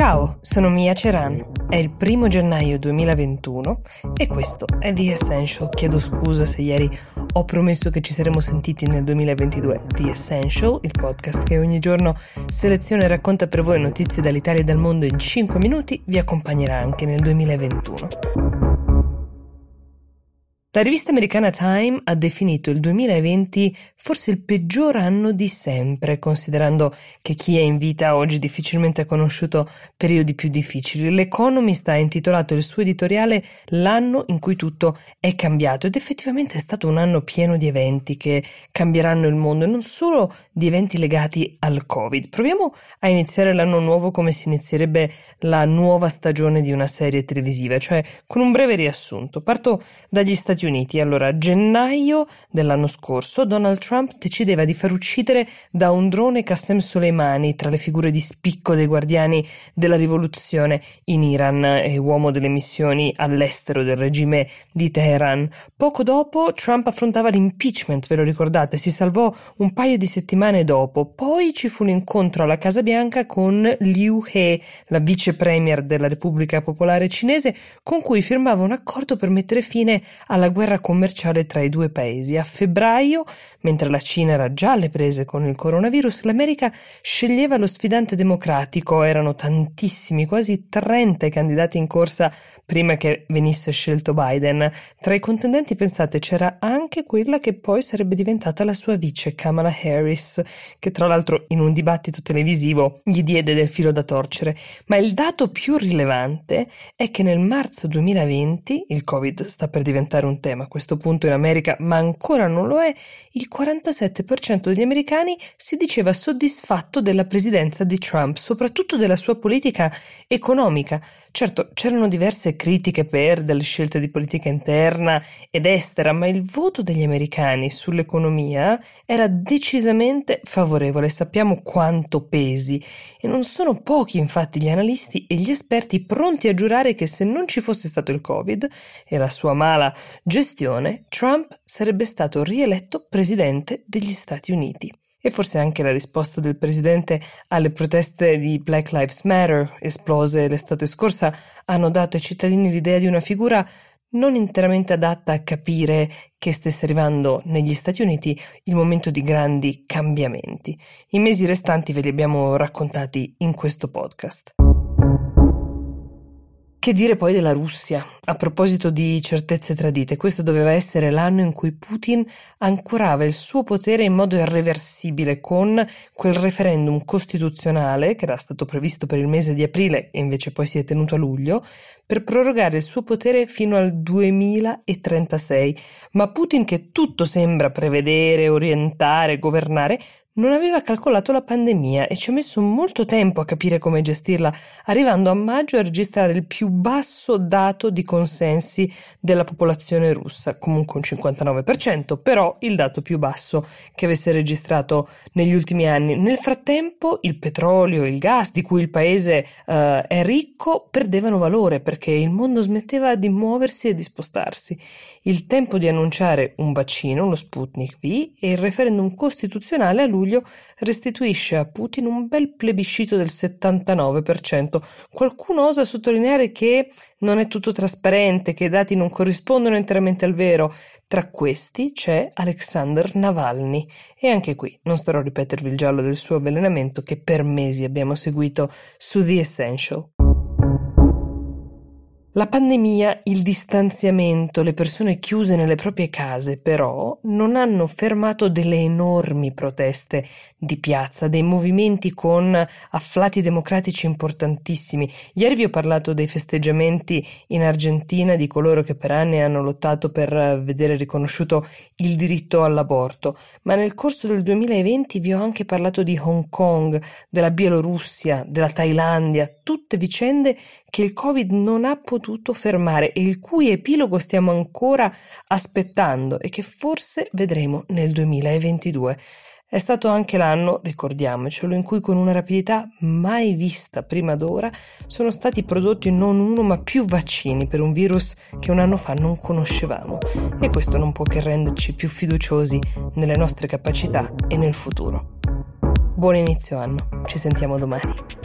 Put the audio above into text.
Ciao, sono Mia Ceran. È il 1 gennaio 2021 e questo è The Essential. Chiedo scusa se ieri ho promesso che ci saremmo sentiti nel 2022. The Essential, il podcast che ogni giorno seleziona e racconta per voi notizie dall'Italia e dal mondo in 5 minuti, vi accompagnerà anche nel 2021. La rivista americana Time ha definito il 2020 forse il peggior anno di sempre, considerando che chi è in vita oggi difficilmente ha conosciuto periodi più difficili. L'Economist ha intitolato il suo editoriale "L'anno in cui tutto è cambiato", ed effettivamente è stato un anno pieno di eventi che cambieranno il mondo, e non solo di eventi legati al Covid. Proviamo a iniziare l'anno nuovo come si inizierebbe la nuova stagione di una serie televisiva, cioè con un breve riassunto. Parto dagli Stati Uniti. Allora, gennaio dell'anno scorso, Donald Trump decideva di far uccidere da un drone Qasem Soleimani, tra le figure di spicco dei guardiani della rivoluzione in Iran e uomo delle missioni all'estero del regime di Teheran. Poco dopo Trump affrontava l'impeachment, ve lo ricordate? Si salvò un paio di settimane dopo. Poi ci fu un incontro alla Casa Bianca con Liu He, la vice premier della Repubblica Popolare Cinese, con cui firmava un accordo per mettere fine alla guerra commerciale tra i due paesi. A febbraio, mentre la Cina era già alle prese con il coronavirus, l'America sceglieva lo sfidante democratico. Erano tantissimi, quasi 30 i candidati in corsa prima che venisse scelto Biden. Tra i contendenti, pensate, c'era anche quella che poi sarebbe diventata la sua vice, Kamala Harris, che tra l'altro in un dibattito televisivo gli diede del filo da torcere. Ma il dato più rilevante è che nel marzo 2020, il Covid sta per diventare un tema a questo punto in America, ma ancora non lo è, il 47% degli americani si diceva soddisfatto della presidenza di Trump, soprattutto della sua politica economica. Certo, c'erano diverse critiche per delle scelte di politica interna ed estera, ma il voto degli americani sull'economia era decisamente favorevole. Sappiamo quanto pesi, e non sono pochi infatti gli analisti e gli esperti pronti a giurare che se non ci fosse stato il Covid e la sua mala gestione, Trump sarebbe stato rieletto presidente degli Stati Uniti. E forse anche la risposta del presidente alle proteste di Black Lives Matter, esplose l'estate scorsa, hanno dato ai cittadini l'idea di una figura non interamente adatta a capire che stesse arrivando negli Stati Uniti il momento di grandi cambiamenti. I mesi restanti ve li abbiamo raccontati in questo podcast. Che dire poi della Russia? A proposito di certezze tradite, questo doveva essere l'anno in cui Putin ancorava il suo potere in modo irreversibile con quel referendum costituzionale che era stato previsto per il mese di aprile e invece poi si è tenuto a luglio, per prorogare il suo potere fino al 2036. Ma Putin, che tutto sembra prevedere, orientare, governare, non aveva calcolato la pandemia e ci ha messo molto tempo a capire come gestirla, arrivando a maggio a registrare il più basso dato di consensi della popolazione russa, comunque un 59%, però il dato più basso che avesse registrato negli ultimi anni. Nel frattempo il petrolio e il gas, di cui il paese è ricco, perdevano valore perché il mondo smetteva di muoversi e di spostarsi. Il tempo di annunciare un vaccino, lo Sputnik V, e il referendum costituzionale a luglio restituisce a Putin un bel plebiscito del 79%. Qualcuno osa sottolineare che non è tutto trasparente, che i dati non corrispondono interamente al vero. Tra questi c'è Alexander Navalny, e anche qui non starò a ripetervi il giallo del suo avvelenamento che per mesi abbiamo seguito su The Essential. La pandemia, il distanziamento, le persone chiuse nelle proprie case, però, non hanno fermato delle enormi proteste di piazza, dei movimenti con afflati democratici importantissimi. Ieri vi ho parlato dei festeggiamenti in Argentina di coloro che per anni hanno lottato per vedere riconosciuto il diritto all'aborto, ma nel corso del 2020 vi ho anche parlato di Hong Kong, della Bielorussia, della Thailandia, tutte vicende che il Covid non ha potuto fermare e il cui epilogo stiamo ancora aspettando e che forse vedremo nel 2022. È stato anche l'anno, ricordiamocelo, in cui con una rapidità mai vista prima d'ora sono stati prodotti non uno ma più vaccini per un virus che un anno fa non conoscevamo, e questo non può che renderci più fiduciosi nelle nostre capacità e nel futuro. Buon inizio anno, ci sentiamo domani.